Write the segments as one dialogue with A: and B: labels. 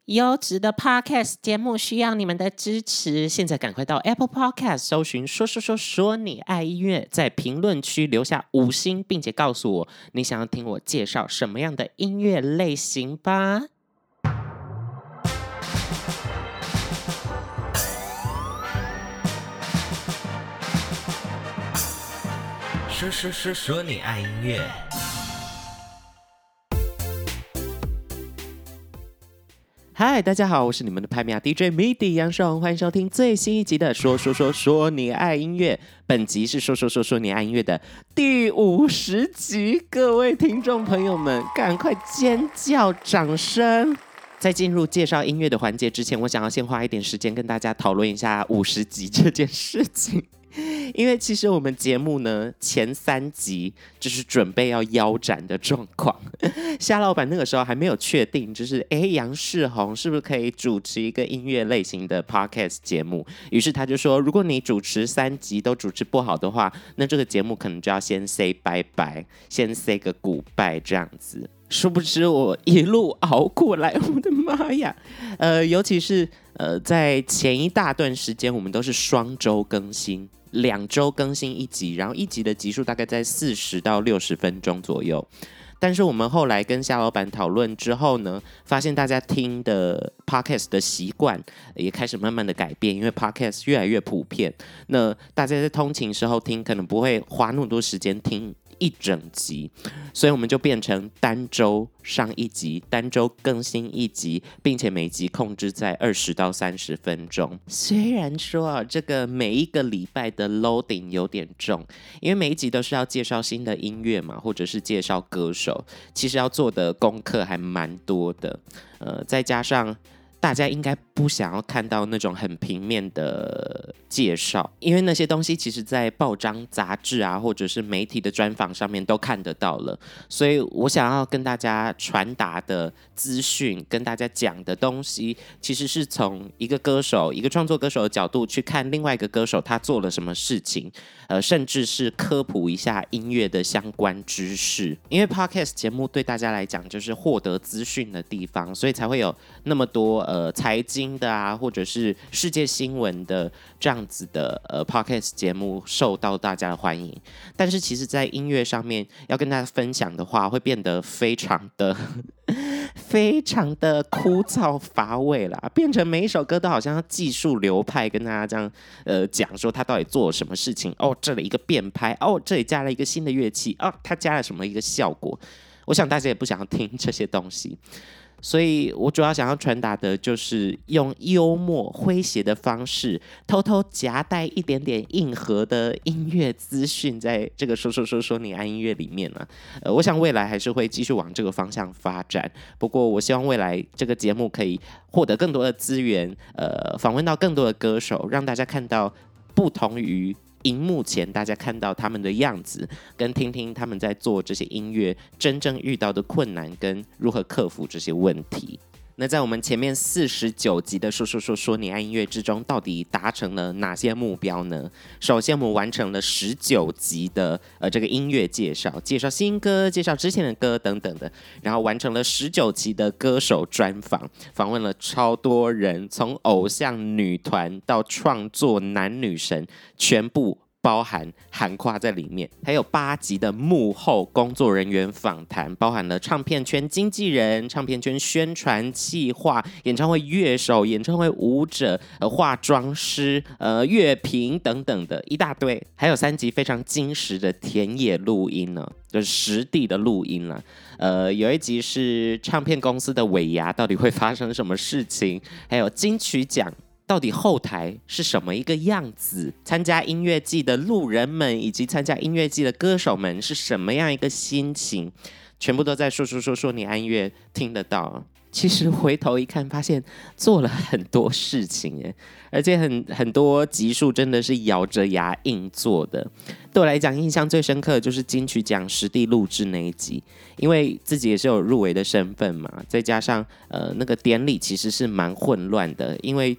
A: 优质的 Podcast 节目需要你们的支持，现在赶快到 Apple Podcast 搜寻说你爱音乐，在评论区留下5星，并且告诉我你想要听我介绍什么样的音乐类型吧。
B: 说你爱音乐。
A: 嗨，大家好，我是你们的拍米亚 DJ MIDI 杨爽，欢迎收听最新一集的说你爱音乐。本集是说你爱音乐的第50集，各位听众朋友们，赶快尖叫掌声！在进入介绍音乐的环节之前，我想要先花一点时间跟大家讨论一下50集这件事情。因为其实我们节目呢前3集就是准备要腰斩的状况，夏老板那个时候还没有确定，就是杨世宏是不是可以主持一个音乐类型的 podcast 节目，于是他就说，如果你主持3集都主持不好的话，那这个节目可能就要先 say 拜拜，先 say 个 goodbye 这样子。殊不知我一路熬过来，我的妈呀！尤其是在前一大段时间，我们都是双周更新，2周更新1集，然后1集的集数大概在40到60分钟左右。但是我们后来跟夏老板讨论之后呢，发现大家听的 podcast 的习惯也开始慢慢的改变，因为 podcast 越来越普遍，那大家在通勤时候听，可能不会花那么多时间听一整集，所以我们就变成单周上1集，单周更新1集，并且每集控制在20到30分钟。虽然说这个每一个礼拜的 loading 有点重，因为每一集都是要介绍新的音乐嘛，或者是介绍歌手，其实要做的功课还蛮多的。再加上大家应该不想要看到那种很平面的介绍，因为那些东西其实在报章杂志啊，或者是媒体的专访上面都看得到了，所以我想要跟大家传达的资讯，跟大家讲的东西，其实是从一个歌手，一个创作歌手的角度去看另外一个歌手他做了什么事情，甚至是科普一下音乐的相关知识。因为 podcast 节目对大家来讲就是获得资讯的地方，所以才会有那么多财经的啊，或者是世界新闻的这样子的podcast 节目受到大家的欢迎。但是其实在音乐上面要跟大家分享的话，会变得非常的枯燥乏味啦，变成每一首歌都好像要技术流派跟大家这样讲说他到底做了什么事情，这里一个变拍，这里加了一个新的乐器，他加了什么一个效果。我想大家也不想要听这些东西，所以我主要想要传达的就是用幽默诙谐的方式，偷偷夹带一点点硬核的音乐资讯在这个说你爱音乐里面啊。我想未来还是会继续往这个方向发展，不过我希望未来这个节目可以获得更多的资源，访问到更多的歌手，让大家看到不同于荧幕前大家看到他们的样子，跟听听他们在做这些音乐真正遇到的困难跟如何克服这些问题。那在我们前面49集的说你爱音乐之中，到底达成了哪些目标呢？首先我们完成了19集的这个音乐介绍新歌，介绍之前的歌等等的，然后完成了19集的歌手专访，访问了超多人，从偶像女团到创作男女神，全部涵括在里面。还有8集的幕后工作人员访谈，包含了唱片圈经纪人、唱片圈宣传企划、演唱会乐手、演唱会舞者、化妆师、乐评等等的一大堆。还有3集非常精实的田野录音呢，就是实地的录音啦。有一集是唱片公司的尾牙到底会发生什么事情，还有金曲奖到底后台是什么一个样子？参加音乐季的路人们以及参加音乐季的歌手们是什么样一个心情？全部都在说你爱音乐听得到。其实回头一看，发现做了很多事情耶，而且很多集数真的是咬着牙硬做的。对我来讲，印象最深刻的就是金曲奖实地录制那一集，因为自己也是有入围的身份嘛，再加上那个典礼其实是蛮混乱的，因为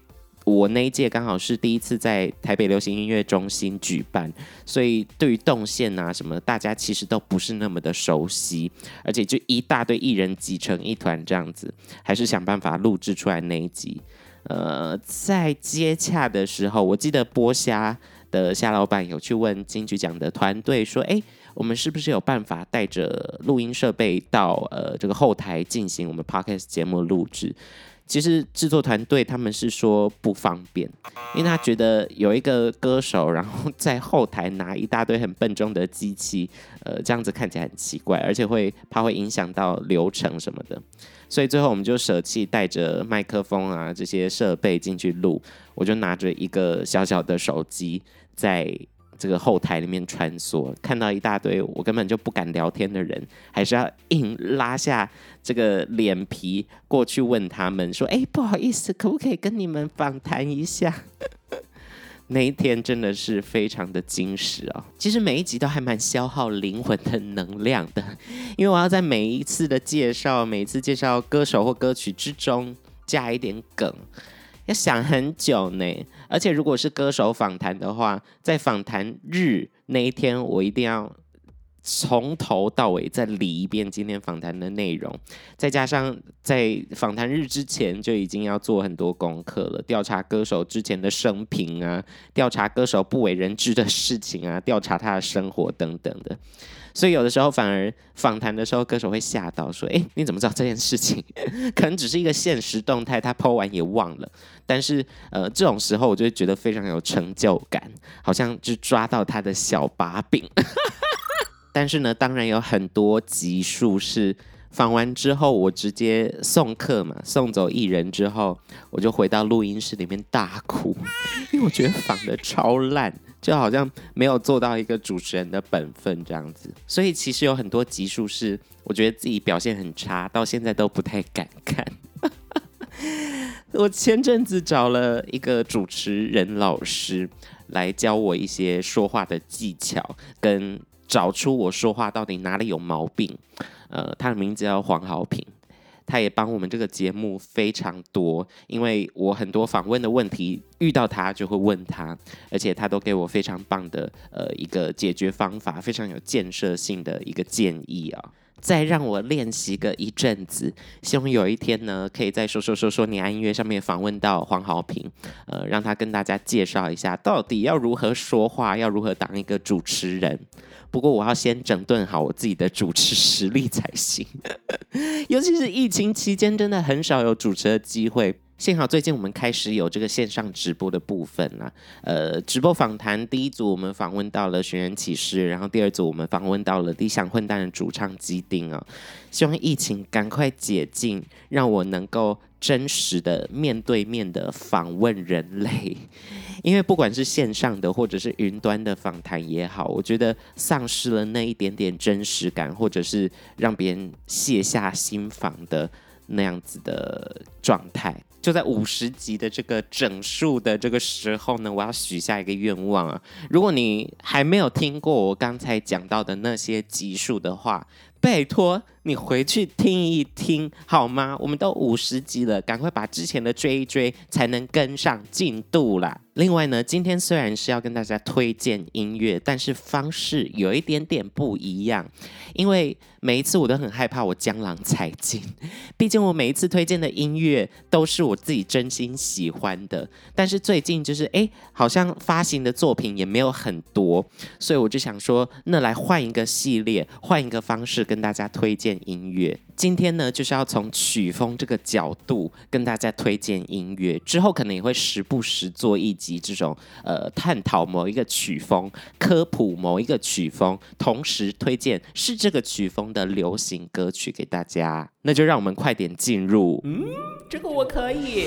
A: 我那一届刚好是第一次在台北流行音乐中心举办，所以对于动线啊什么，大家其实都不是那么的熟悉，而且就一大堆艺人挤成一团这样子，还是想办法录制出来那一集。在接洽的时候，我记得剥虾的虾老板有去问金曲奖的团队说：“哎，我们是不是有办法带着录音设备到这个后台进行我们 podcast 节目录制？”其实制作团队他们是说不方便，因为他觉得有一个歌手，然后在后台拿一大堆很笨重的机器，这样子看起来很奇怪，而且怕会影响到流程什么的。所以最后我们就舍弃带着麦克风啊这些设备进去录，我就拿着一个小小的手机在这个后台里面穿梭，看到一大堆我根本就不敢聊天的人，还是要硬拉下这个脸皮过去问他们说：“哎，不好意思，可不可以跟你们访谈一下？”那一天真的是非常的精实哦。其实每一集都还蛮消耗灵魂的能量的，因为我要在每一次介绍歌手或歌曲之中加一点梗。要想很久呢，而且如果是歌手访谈的话，在访谈日那一天，我一定要从头到尾再理一遍今天访谈的内容，再加上在访谈日之前就已经要做很多功课了，调查歌手之前的生平啊，调查歌手不为人知的事情啊，调查他的生活等等的。所以有的时候反而访谈的时候，歌手会吓到说：“哎，你怎么知道这件事情？”可能只是一个现实动态，他 po 完也忘了。但是这种时候我就会觉得非常有成就感，好像就抓到他的小把柄。但是呢，当然有很多集数是访完之后，我直接送客嘛，送走艺人之后，我就回到录音室里面大哭，因为我觉得访得超烂，就好像没有做到一个主持人的本分这样子。所以其实有很多集数是我觉得自己表现很差，到现在都不太敢看。我前阵子找了一个主持人老师来教我一些说话的技巧，跟找出我说话到底哪里有毛病。他的名字叫黄豪平，他也帮我们这个节目非常多，因为我很多访问的问题遇到他就会问他，而且他都给我非常棒的一个解决方法，非常有建设性的一个建议啊。再让我练习个一阵子，希望有一天呢，可以在说你爱音乐上面访问到黄豪平，让他跟大家介绍一下到底要如何说话，要如何当一个主持人。不过我要先整顿好我自己的主持实力才行，尤其是疫情期间，真的很少有主持的机会。幸好最近我们开始有这个线上直播的部分啦，直播访谈第一组我们访问到了寻人启事，然后第二组我们访问到了理想混蛋的主唱基丁哦。希望疫情赶快解禁，让我能够真实的面对面的访问人类，因为不管是线上的或者是云端的访谈也好，我觉得丧失了那一点点真实感，或者是让别人卸下心防的那样子的状态。就在50集的这个整数的这个时候呢，我要许下一个愿望啊！如果你还没有听过我刚才讲到的那些集数的话，拜托你回去听一听好吗？我们都50集了，赶快把之前的追一追，才能跟上进度啦。另外呢，今天虽然是要跟大家推荐音乐，但是方式有一点点不一样，因为每一次我都很害怕我江郎才尽，毕竟我每一次推荐的音乐都是我自己真心喜欢的，但是最近就是好像发行的作品也没有很多，所以我就想说，那来换一个系列，换一个方式跟大家推荐音乐。今天呢，就是要从曲风这个角度跟大家推荐音乐，之后可能也会时不时做一集这种探讨某一个曲风，科普某一个曲风，同时推荐是这个曲风的流行歌曲给大家。那就让我们快点进入，这个我可以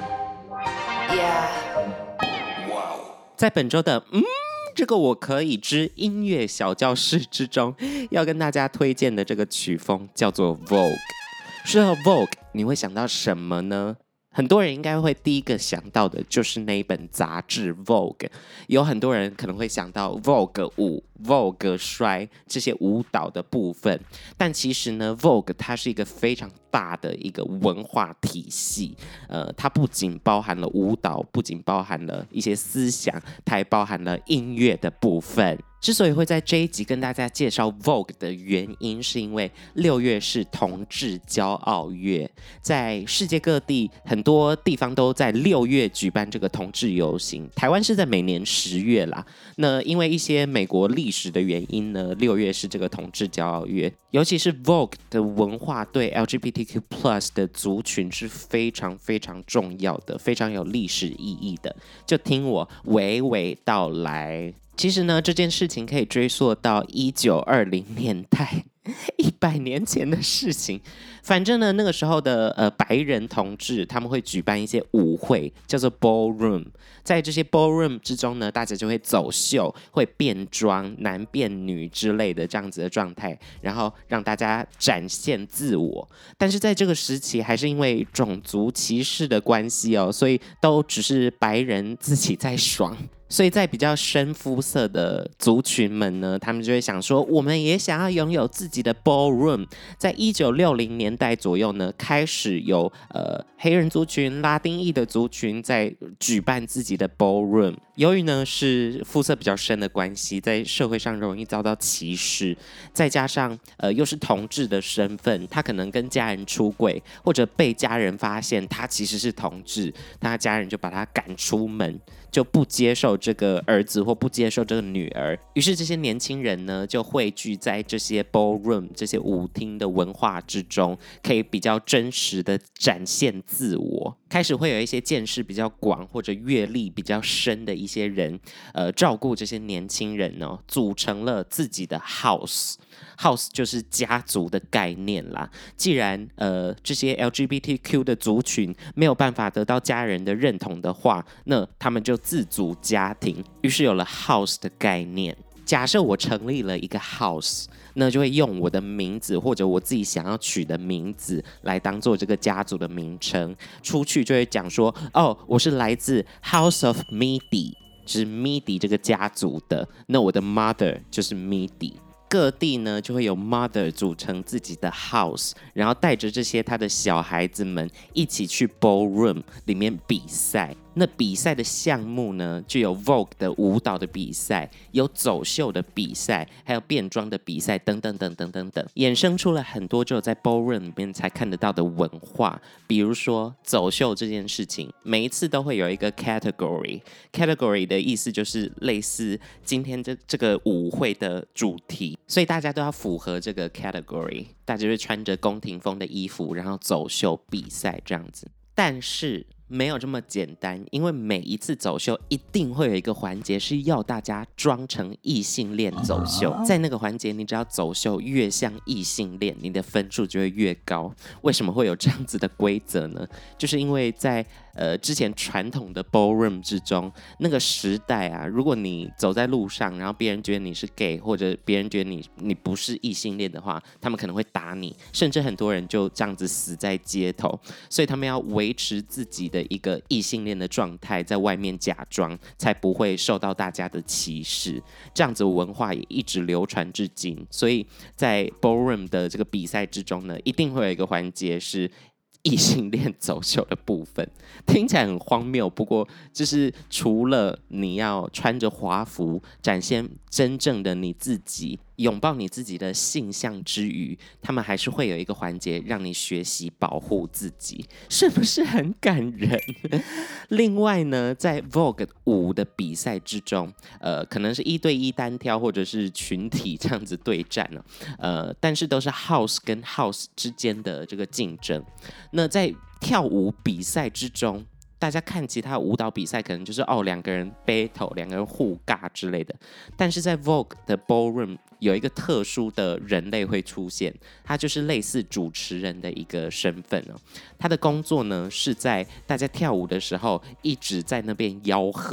A: ，Yeah， 在本周的这个我可以之音乐小教室之中，要跟大家推荐的这个曲风叫做 Vogue。说到 Vogue， 你会想到什么呢？很多人应该会第一个想到的就是那一本杂志 Vogue， 有很多人可能会想到 Vogue 5 Vogue 摔这些舞蹈的部分，但其实呢 Vogue 它是一个非常大的一个文化体系，它不仅包含了舞蹈，不仅包含了一些思想，它还包含了音乐的部分。之所以会在这一集跟大家介绍 Vogue 的原因，是因为6月是同志骄傲月，在世界各地很多地方都在6月举办这个同志游行，台湾是在每年10月啦。那因为一些美国历史的原因呢，6月是这个同志骄傲月，尤其是 Vogue 的文化对 LGBTQ+ 的族群是非常非常重要的，非常有历史意义的。就听我娓娓道来。其实呢，这件事情可以追溯到1920年代，100年前的事情。反正呢，那个时候的白人同志他们会举办一些舞会，叫做 ballroom。在这些 ballroom 之中呢，大家就会走秀，会变装，男变女之类的这样子的状态，然后让大家展现自我。但是在这个时期，还是因为种族歧视的关系哦，所以都只是白人自己在爽。所以在比较深肤色的族群们呢，他们就会想说，我们也想要拥有自己的 ballroom。在1960年代左右呢，开始有黑人族群、拉丁裔的族群在举办自己的 ballroom。由于呢是肤色比较深的关系，在社会上容易遭到歧视，再加上又是同志的身份，他可能跟家人出柜，或者被家人发现他其实是同志，他家人就把他赶出门，就不接受这个儿子或不接受这个女儿。于是这些年轻人呢，就汇聚在这些 ballroom 这些舞厅的文化之中，可以比较真实的展现自我。开始会有一些见识比较广或者阅历比较深的一些人，照顾这些年轻人哦，组成了自己的 house。house 就是家族的概念啦。既然这些 LGBTQ 的族群没有办法得到家人的认同的话，那他们就自组家庭，于是有了 house 的概念。假设我成立了一个 house， 那就会用我的名字或者我自己想要取的名字来当做这个家族的名称，出去就会讲说，哦，我是来自 House of Midi， 是 Midi 这个家族的，那我的 mother 就是 Midi。各地呢就会有 mother 组成自己的 house， 然后带着这些他的小孩子们一起去 ballroom 里面比赛。那比赛的项目呢，就有 Vogue 的舞蹈的比赛，有走秀的比赛，还有变装的比赛，等等等等等等，衍生出了很多只有在 ballroom 里面才看得到的文化。比如说走秀这件事情，每一次都会有一个 category 的意思就是类似今天这个舞会的主题，所以大家都要符合这个 category， 大家就会穿着宫廷风的衣服，然后走秀比赛这样子。但是没有这么简单，因为每一次走秀一定会有一个环节是要大家装成异性恋走秀，在那个环节你只要走秀越像异性恋，你的分数就会越高。为什么会有这样子的规则呢？就是因为在之前传统的 ballroom 之中，那个时代啊，如果你走在路上，然后别人觉得你是 gay， 或者别人觉得你不是异性恋的话，他们可能会打你，甚至很多人就这样子死在街头。所以他们要维持自己的一个异性恋的状态，在外面假装，才不会受到大家的歧视。这样子文化也一直流传至今。所以在 ballroom 的这个比赛之中呢，一定会有一个环节是异性恋走秀的部分。听起来很荒谬，不过就是除了你要穿着华服展现真正的你自己，拥抱你自己的性向之余，他们还是会有一个环节让你学习保护自己，是不是很感人？另外呢，在 Vogue 舞的比赛之中，可能是1对1单挑或者是群体这样子对战但是都是 House 跟 House 之间的这个竞争。那在跳舞比赛之中，大家看其他舞蹈比赛可能就是2个人 battle， 2个人互尬之类的，但是在 Vogue 的 ballroom 有一个特殊的人类会出现，他就是类似主持人的一个身份他的工作呢是在大家跳舞的时候一直在那边吆喝，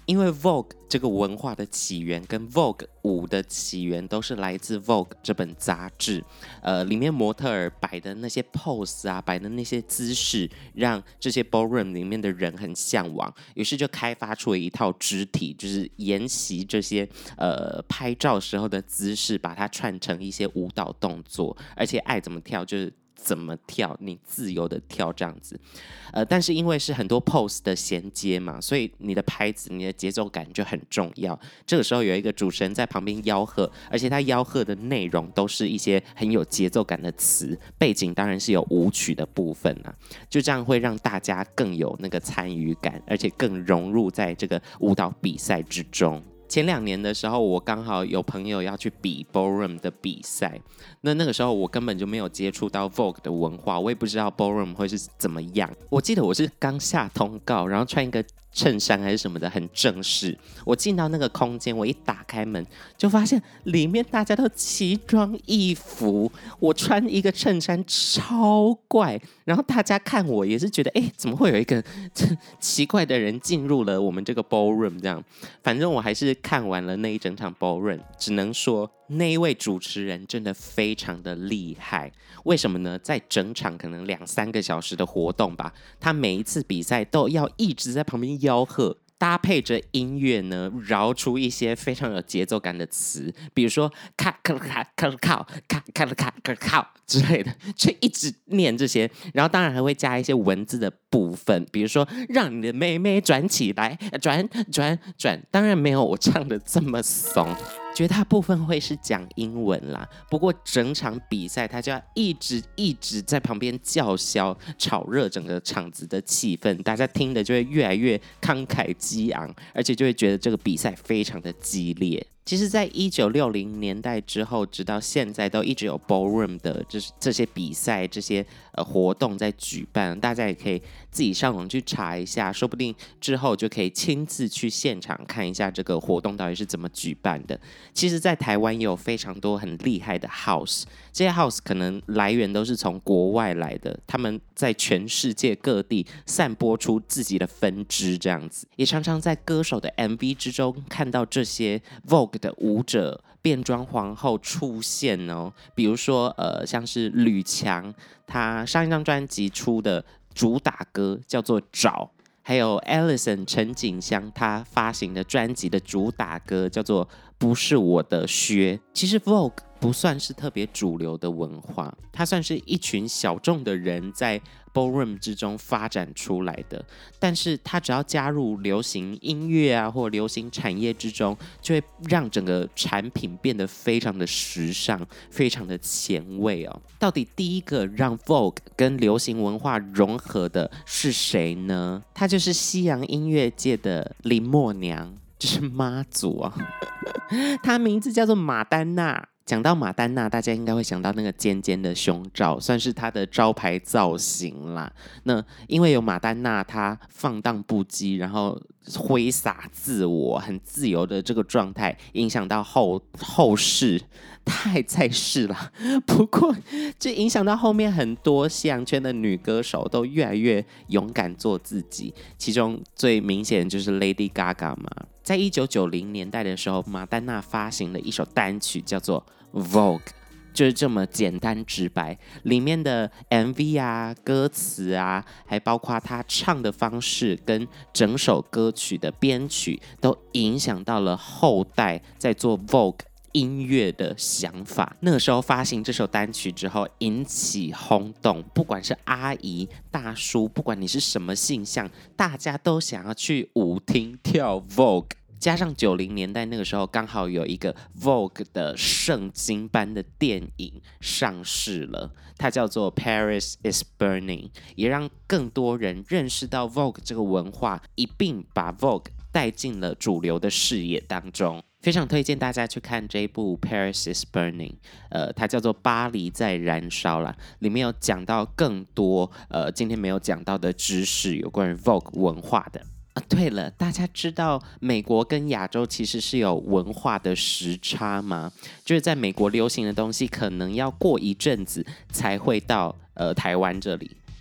A: 因为 Vogue 这个文化的起源跟 Vogue 舞的起源都是来自 Vogue 这本杂志，里面模特儿摆的那些 pose 啊，摆的那些姿势，让这些 ballroom 里面的人很向往，于是就开发出了一套肢体，就是沿袭这些拍照时候的姿势，把它串成一些舞蹈动作，而且爱怎么跳就是怎么跳，你自由的跳这样子，但是因为是很多 pose 的衔接嘛，所以你的拍子、你的节奏感就很重要。这个时候有一个主持人在旁边吆喝，而且他吆喝的内容都是一些很有节奏感的词，背景当然是有舞曲的部分啊，就这样会让大家更有那个参与感，而且更融入在这个舞蹈比赛之中。前2年的时候，我刚好有朋友要去比 ballroom 的比赛，那个时候我根本就没有接触到 Vogue 的文化，我也不知道 ballroom 会是怎么样。我记得我是刚下通告，然后穿一个衬衫还是什么的，很正式。我进到那个空间，我一打开门就发现里面大家都奇装异服，我穿一个衬衫超怪，然后大家看我也是觉得，怎么会有一个奇怪的人进入了我们这个 ballroom 这样。反正我还是看完了那一整场 ballroom， 只能说那一位主持人真的非常的厉害。为什么呢？在整场可能2-3个小时的活动吧，他每一次比赛都要一直在旁边吆喝，搭配着音乐呢，饶出一些非常有节奏感的词，比如说卡卡卡卡卡卡卡卡卡卡之类的，就一直念这些，然后当然还会加一些文字的部分，比如说让你的妹妹转起来，转转转，当然没有我唱的这么怂。绝大部分会是讲英文啦，不过整场比赛他就要一直在旁边叫嚣，炒热整个场子的气氛，大家听的就会越来越慷慨激昂，而且就会觉得这个比赛非常的激烈。其实在1960年代之后直到现在都一直有 ballroom 的这些比赛这些活动在举办，大家也可以自己上网去查一下，说不定之后就可以亲自去现场看一下这个活动到底是怎么举办的。其实在台湾也有非常多很厉害的 house， 这些 house 可能来源都是从国外来的，他们在全世界各地散播出自己的分支这样子，也常常在歌手的 MV 之中看到这些 Vogue 的舞者变装皇后出现哦，比如说像是吕强，他上一张专辑出的主打歌叫做《找》，还有 Allison 陈景香他发行的专辑的主打歌叫做《不是我的靴》。其实 Vogue 不算是特别主流的文化，它算是一群小众的人在 ballroom 之中发展出来的，但是它只要加入流行音乐啊或流行产业之中，就会让整个产品变得非常的时尚，非常的前卫哦。到底第一个让 Vogue 跟流行文化融合的是谁呢？他就是西洋音乐界的林默娘，就是妈祖啊。她名字叫做马丹娜。讲到马丹娜，大家应该会想到那个尖尖的胸罩，算是她的招牌造型啦。那因为有马丹娜，她放荡不羁，然后挥洒自我，很自由的这个状态，影响到后世。她还在世啦，不过这影响到后面很多西洋圈的女歌手都越来越勇敢做自己，其中最明显的就是 Lady Gaga 嘛。在1990年代的时候，马丹娜发行了一首单曲叫做 Vogue， 就是这么简单直白，里面的 MV 啊、歌词啊，还包括她唱的方式跟整首歌曲的编曲，都影响到了后代在做 Vogue音乐的想法。那个时候发行这首单曲之后引起轰动，不管是阿姨大叔，不管你是什么性向，大家都想要去舞厅跳 Vogue。加上90年代那个时候刚好有一个 Vogue 的圣经般的电影上市了，它叫做 Paris is Burning， 也让更多人认识到 Vogue 这个文化，一并把 Vogue 带进了主流的视野当中。非常推荐大家去看这一部 Paris is Burning， 它叫做巴黎在燃烧啦，里面有讲到更多今天没有讲到的知识，有关于 Vogue 文化的。对了，大家知道美国跟亚洲其实是有文化的时差吗？就是在美国流行的东西，可能要过一阵子才会到台湾这里。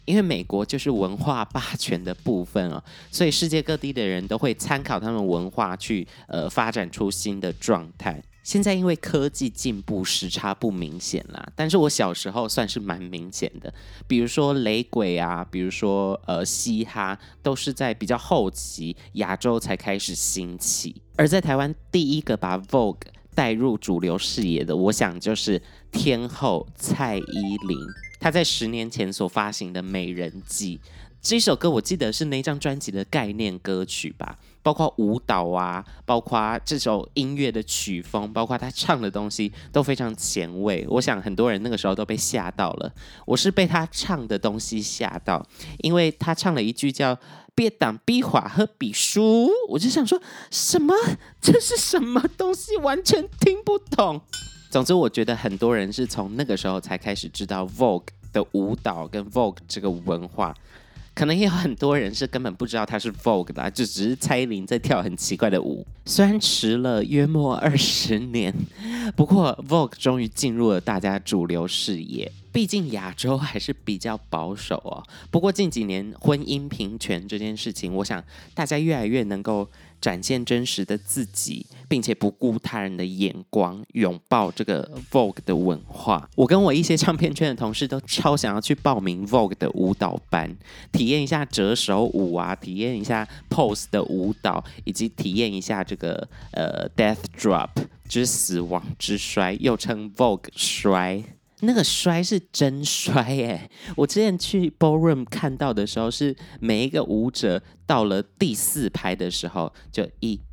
A: 因为美国就是文化霸权的部分哦，所以世界各地的人都会参考他们文化去发展出新的状态。现在因为科技进步，时差不明显啦，但是我小时候算是蛮明显的。比如说雷鬼啊，比如说嘻哈，都是在比较后期亚洲才开始兴起。而在台湾第一个把 Vogue 带入主流视野的，我想就是天后蔡依林。她在10年前所发行的《美人计》这首歌，我记得是那张专辑的概念歌曲吧，包括舞蹈啊，包括这首音乐的曲风，包括她唱的东西都非常前卫。我想很多人那个时候都被吓到了，我是被她唱的东西吓到，因为她唱了一句叫别挡笔画和笔书，我就想说什么？这是什么东西？完全听不懂。总之，我觉得很多人是从那个时候才开始知道 Vogue 的舞蹈跟 Vogue 这个文化。可能也有很多人是根本不知道它是 Vogue 的，就只是蔡依林在跳很奇怪的舞。虽然迟了约莫20年，不过 Vogue 终于进入了大家主流视野。毕竟亚洲还是比较保守哦。不过近几年婚姻平权这件事情，我想大家越来越能够展现真实的自己，并且不顾他人的眼光，拥抱这个 Vogue 的文化。我跟我一些唱片圈的同事都超想要去报名 Vogue 的舞蹈班，体验一下折手舞啊，体验一下 pose 的舞蹈，以及体验一下这个Death Drop， 就是死亡之摔，又称 Vogue 摔。那个摔是真摔耶！我之前去 ballroom 看到的时候，是每一个舞者到了第4拍的时候，就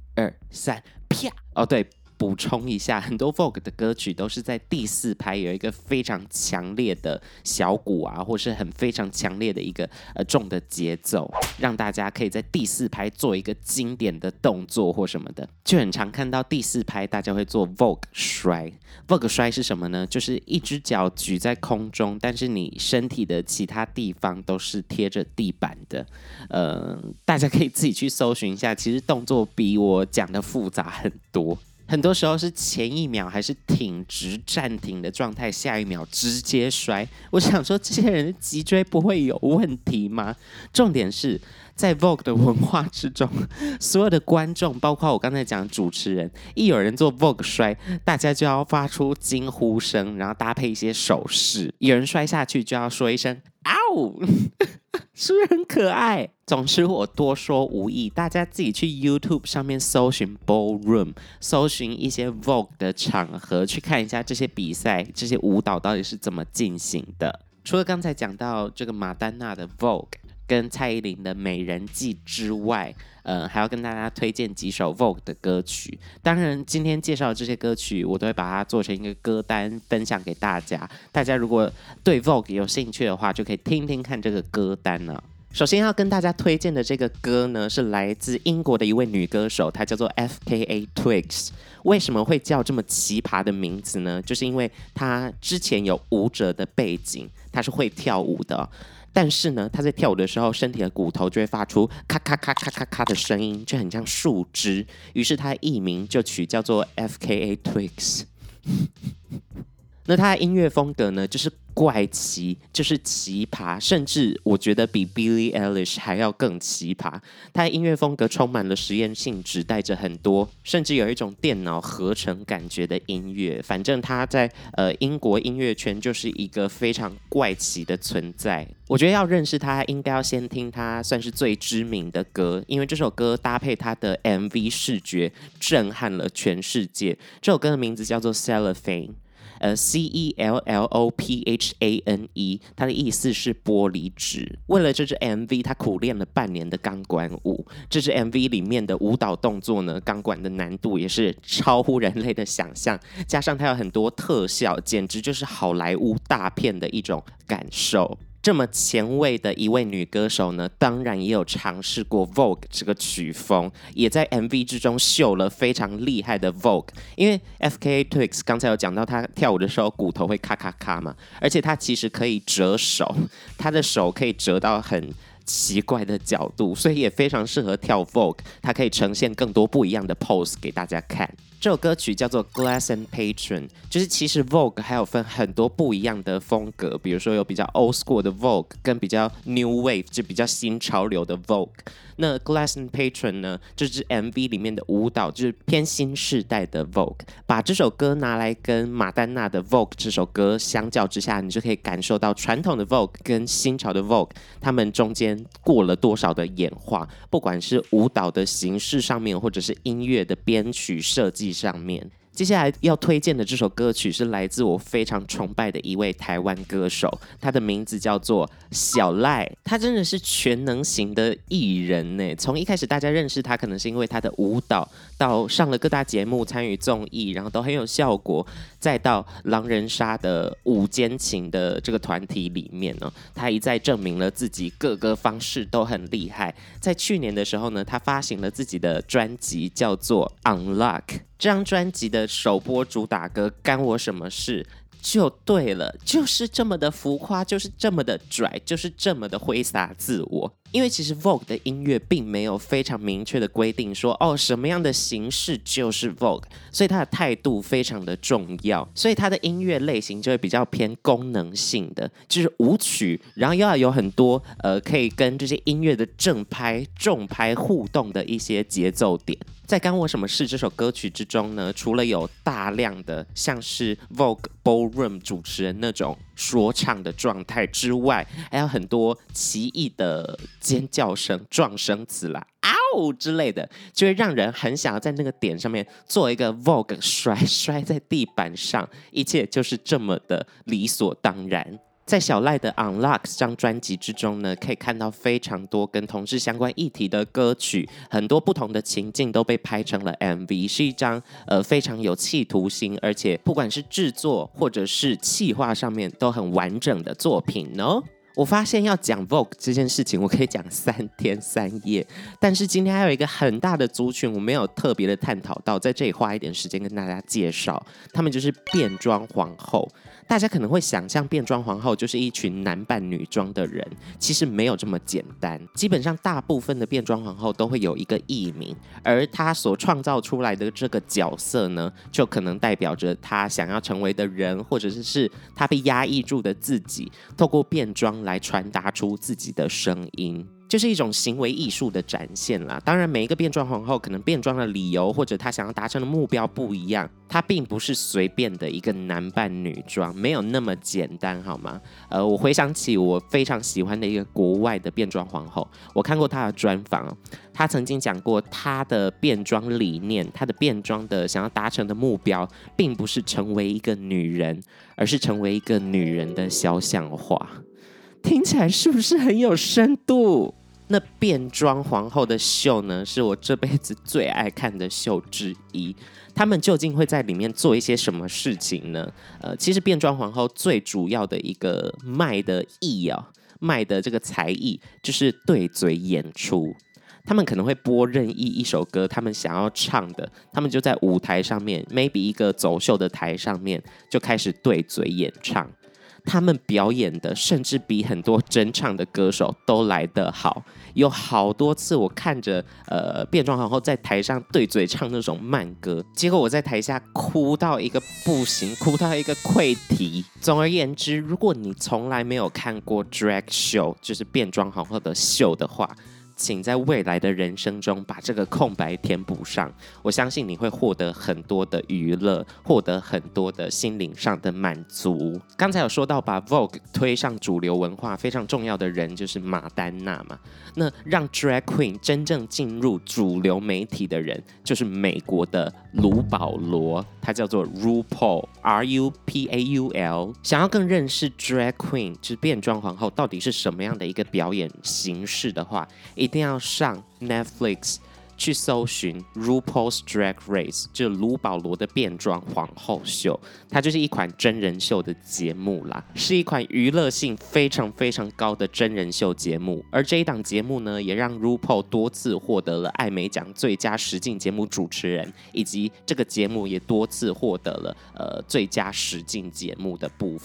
A: 1、2、3，啪！哦，对，补充一下，很多 Vogue 的歌曲都是在第4拍有一个非常强烈的小鼓啊，或是非常强烈的一个重的节奏，让大家可以在第4拍做一个经典的动作或什么的，就很常看到第4拍大家会做 Vogue 摔。Vogue 摔是什么呢？就是一只脚举在空中，但是你身体的其他地方都是贴着地板的。大家可以自己去搜寻一下，其实动作比我讲的复杂很多。很多时候是前一秒还是挺直暂停的状态，下一秒直接摔。我想说，这些人的脊椎不会有问题吗？重点是在 Vogue 的文化之中，所有的观众，包括我刚才讲的主持人，一有人做 Vogue 摔，大家就要发出惊呼声，然后搭配一些手势。有人摔下去就要说一声“嗷”，是不是很可爱？总之我多说无益，大家自己去 YouTube 上面搜寻 Ballroom， 搜寻一些 Vogue 的场合，去看一下这些比赛、这些舞蹈到底是怎么进行的。除了刚才讲到这个马丹娜的 Vogue 跟蔡依林的《美人计》之外，还要跟大家推荐几首 Vogue 的歌曲。当然，今天介绍的这些歌曲，我都会把它做成一个歌单分享给大家。大家如果对 Vogue 有兴趣的话，就可以听听看这个歌单呢。首先要跟大家推荐的这个歌呢，是来自英国的一位女歌手，她叫做 FKA Twigs。为什么会叫这么奇葩的名字呢？就是因为她之前有舞者的背景，她是会跳舞的。但是呢，她在跳舞的时候，身体的骨头就会发出咔咔咔咔咔咔的声音，就很像树枝。于是她的艺名就取叫做 FKA Twigs。那他的音乐风格呢，就是怪奇，就是奇葩，甚至我觉得比 Billie Eilish 还要更奇葩。他的音乐风格充满了实验性质，带着很多，甚至有一种电脑合成感觉的音乐。反正他在英国音乐圈就是一个非常怪奇的存在。我觉得要认识他，应该要先听他算是最知名的歌，因为这首歌搭配他的 MV 视觉，震撼了全世界。这首歌的名字叫做 Cellophane。CELLOPHANE， 它的意思是玻璃纸。为了这支 MV， 他苦练了半年的钢管舞。这支 MV 里面的舞蹈动作呢，钢管的难度也是超乎人类的想象，加上它有很多特效，简直就是好莱坞大片的一种感受。这么前卫的一位女歌手呢，当然也有尝试过 Vogue 这个曲风，也在 MV 之中秀了非常厉害的 Vogue。因为 FKA Twigs 刚才有讲到，她跳舞的时候骨头会咔咔咔嘛，而且她其实可以折手，她的手可以折到很奇怪的角度，所以也非常适合跳 Vogue。她可以呈现更多不一样的 pose 给大家看。 这首歌曲叫做 Glass and Patron， 就是其实 Vogue 还有分很多不一样的风格，比如说有比较 old school 的 Vogue， 跟比较 new wave 就比较新潮流的 Vogue。那 Glass and Patron 呢，就是 MV 里面的舞蹈，就是偏新世代的 Vogue。把这首歌拿来跟马丹娜的 Vogue 这首歌相较之下，你就可以感受到传统的 Vogue 跟新潮的 Vogue， 他们中间过了多少的演化，不管是舞蹈的形式上面，或者是音乐的编曲设计上面。接下来要推荐的这首歌曲是来自我非常崇拜的一位台湾歌手，他的名字叫做小赖。他真的是全能型的艺人呢。从一开始大家认识他，可能是因为他的舞蹈，到上了各大节目参与综艺，然后都很有效果，再到狼人杀的五间情的这个团体里面呢，他一再证明了自己各个方式都很厉害。在去年的时候呢，他发行了自己的专辑，叫做 Unlock。这张专辑的首播主打歌《干我什么事》就对了，就是这么的浮夸，就是这么的拽，就是这么的挥洒自我。因为其实 Vogue 的音乐并没有非常明确的规定说什么样的形式就是 Vogue， 所以它的态度非常的重要，所以它的音乐类型就会比较偏功能性的，就是舞曲，然后又要有很多可以跟这些音乐的正拍、重拍互动的一些节奏点。在《干我什么事》这首歌曲之中呢，除了有大量的像是 Vogue Ballroom 主持人那种说唱的状态之外，还有很多奇异的尖叫声、撞声词啦、嗷之类的，就会让人很想要在那个点上面做一个 Vogue 摔在地板上，一切就是这么的理所当然。在小赖的 Unlock 这张专辑之中呢，可以看到非常多跟同志相关议题的歌曲，很多不同的情境都被拍成了 MV， 是一张非常有企图心，而且不管是制作或者是企划上面都很完整的作品哦。我发现要讲 Vogue 这件事情，我可以讲3天3夜，但是今天还有一个很大的族群，我没有特别的探讨到，在这里花一点时间跟大家介绍，他们就是变装皇后。大家可能会想象变装皇后就是一群男扮女装的人，其实没有这么简单。基本上大部分的变装皇后都会有一个艺名，而他所创造出来的这个角色呢，就可能代表着他想要成为的人，或者是他被压抑住的自己，透过变装来传达出自己的声音。就是一种行为艺术的展现啦。当然，每一个变装皇后可能变装的理由或者她想要达成的目标不一样，她并不是随便的一个男扮女装，没有那么简单，好吗？我回想起我非常喜欢的一个国外的变装皇后，我看过她的专访，她曾经讲过她的变装理念，她的变装的想要达成的目标，并不是成为一个女人，而是成为一个女人的肖像画。听起来是不是很有深度？那变装皇后的秀呢，是我这辈子最爱看的秀之一。他们究竟会在里面做一些什么事情呢？其实变装皇后最主要的一个卖的艺卖的这个才艺就是对嘴演出。他们可能会播任意一首歌，他们想要唱的，他们就在舞台上面 ，maybe 一个走秀的台上面就开始对嘴演唱。他们表演的甚至比很多真唱的歌手都来得好，有好多次我看着变装皇后在台上对嘴唱那种慢歌，结果我在台下哭到一个不行，哭到一个溃堤。总而言之，如果你从来没有看过 drag show， 就是变装皇后的秀的话，请在未来的人生中把这个空白填补上，我相信你会获得很多的娱乐，获得很多的心灵上的满足。刚才有说到把 Vogue 推上主流文化非常重要的人就是马丹娜嘛，那让 Drag Queen 真正进入主流媒体的人就是美国的卢保罗，他叫做 RuPaul RUPAUL。想要更认识 Drag Queen 就是变装皇后到底是什么样的一个表演形式的话，一定要上 Netflix 去搜寻 RuPaul's Drag Race， 就是卢保罗的变装皇后秀。它就是一款真人秀的节目啦，是一款娱乐性非常非常高的真人秀节目。而这一档节目呢，也让 RuPaul 多次获得了艾美奖最佳实境节目主持人，以及这个节目也多次获得了最佳实境节目的部分。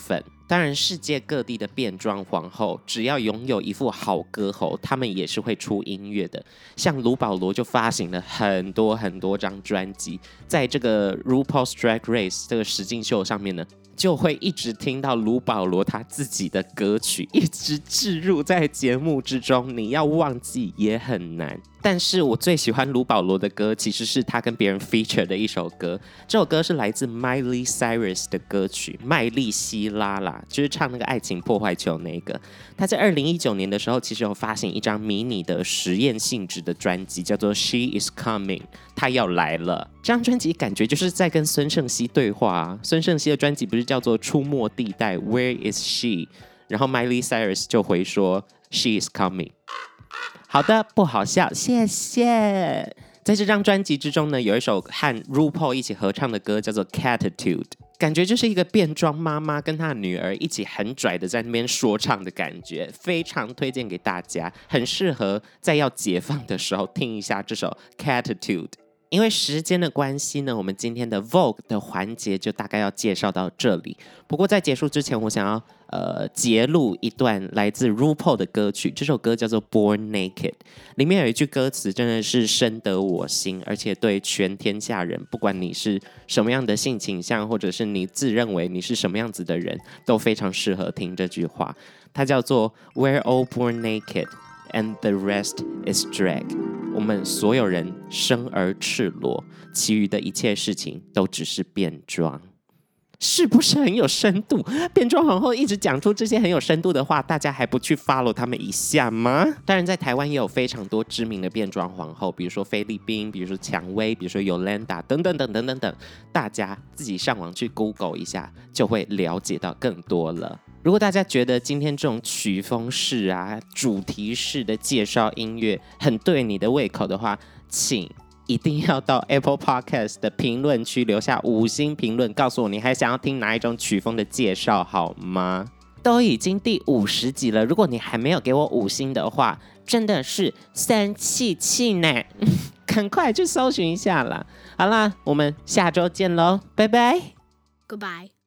A: 当然，世界各地的变装皇后，只要拥有一副好歌喉，他们也是会出音乐的。像卢保罗就发行了很多张专辑，在这个 RuPaul's Drag Race 这个实境秀上面呢，就会一直听到卢保罗他自己的歌曲，一直置入在节目之中，你要忘记也很难。但是我最喜欢卢保罗的歌，其实是他跟别人 feature 的一首歌。这首歌是来自 Miley Cyrus 的歌曲，麦莉希拉啦，就是唱那个《爱情破坏球》那个。他在2019年的时候，其实有发行一张迷你的实验性质的专辑，叫做 She Is Coming， 她要来了。这张专辑感觉就是在跟孙盛希对话啊。孙盛希的专辑不是叫做《出没地带》Where Is She？ 然后 Miley Cyrus 就回说 She Is Coming。好的，不好笑，谢谢。在这张专辑之中呢，有一首和 RuPaul 一起合唱的歌，叫做 Catitude， 感觉就是一个变装妈妈跟她的女儿一起很拽的在那边说唱的感觉，非常推荐给大家，很适合在要解放的时候听一下这首 Catitude。因为时间的关系呢，我们今天的 Vogue 的环节就大概要介绍到这里。不过在结束之前，我想要截录一段来自 RuPaul 的歌曲，这首歌叫做 Born Naked， 里面有一句歌词真的是深得我心，而且对全天下人，不管你是什么样的性倾向，或者是你自认为你是什么样子的人，都非常适合听这句话。它叫做 We're all born naked and the rest is drag。我们所有人生而赤裸，其余的一切事情都只是变装。是不是很有深度？变装皇后一直讲出这些很有深度的话，大家还不去 follow 他们一下吗？当然，在台湾也有非常多知名的变装皇后，比如说菲律宾，比如说蔷薇，比如说 Yolanda 等等，大家自己上网去 Google 一下，就会了解到更多了。如果大家觉得今天这种曲风式啊、主题式的介绍音乐很对你的胃口的话，请一定要到 Apple Podcast 的评论区留下5星评论，告诉我你还想要听哪一种曲风的介绍好吗？都已经第50集了，如果你还没有给我5星的话，真的是生气呢！赶快去搜寻一下啦。好啦，我们下周见喽，拜拜
B: Goodbye.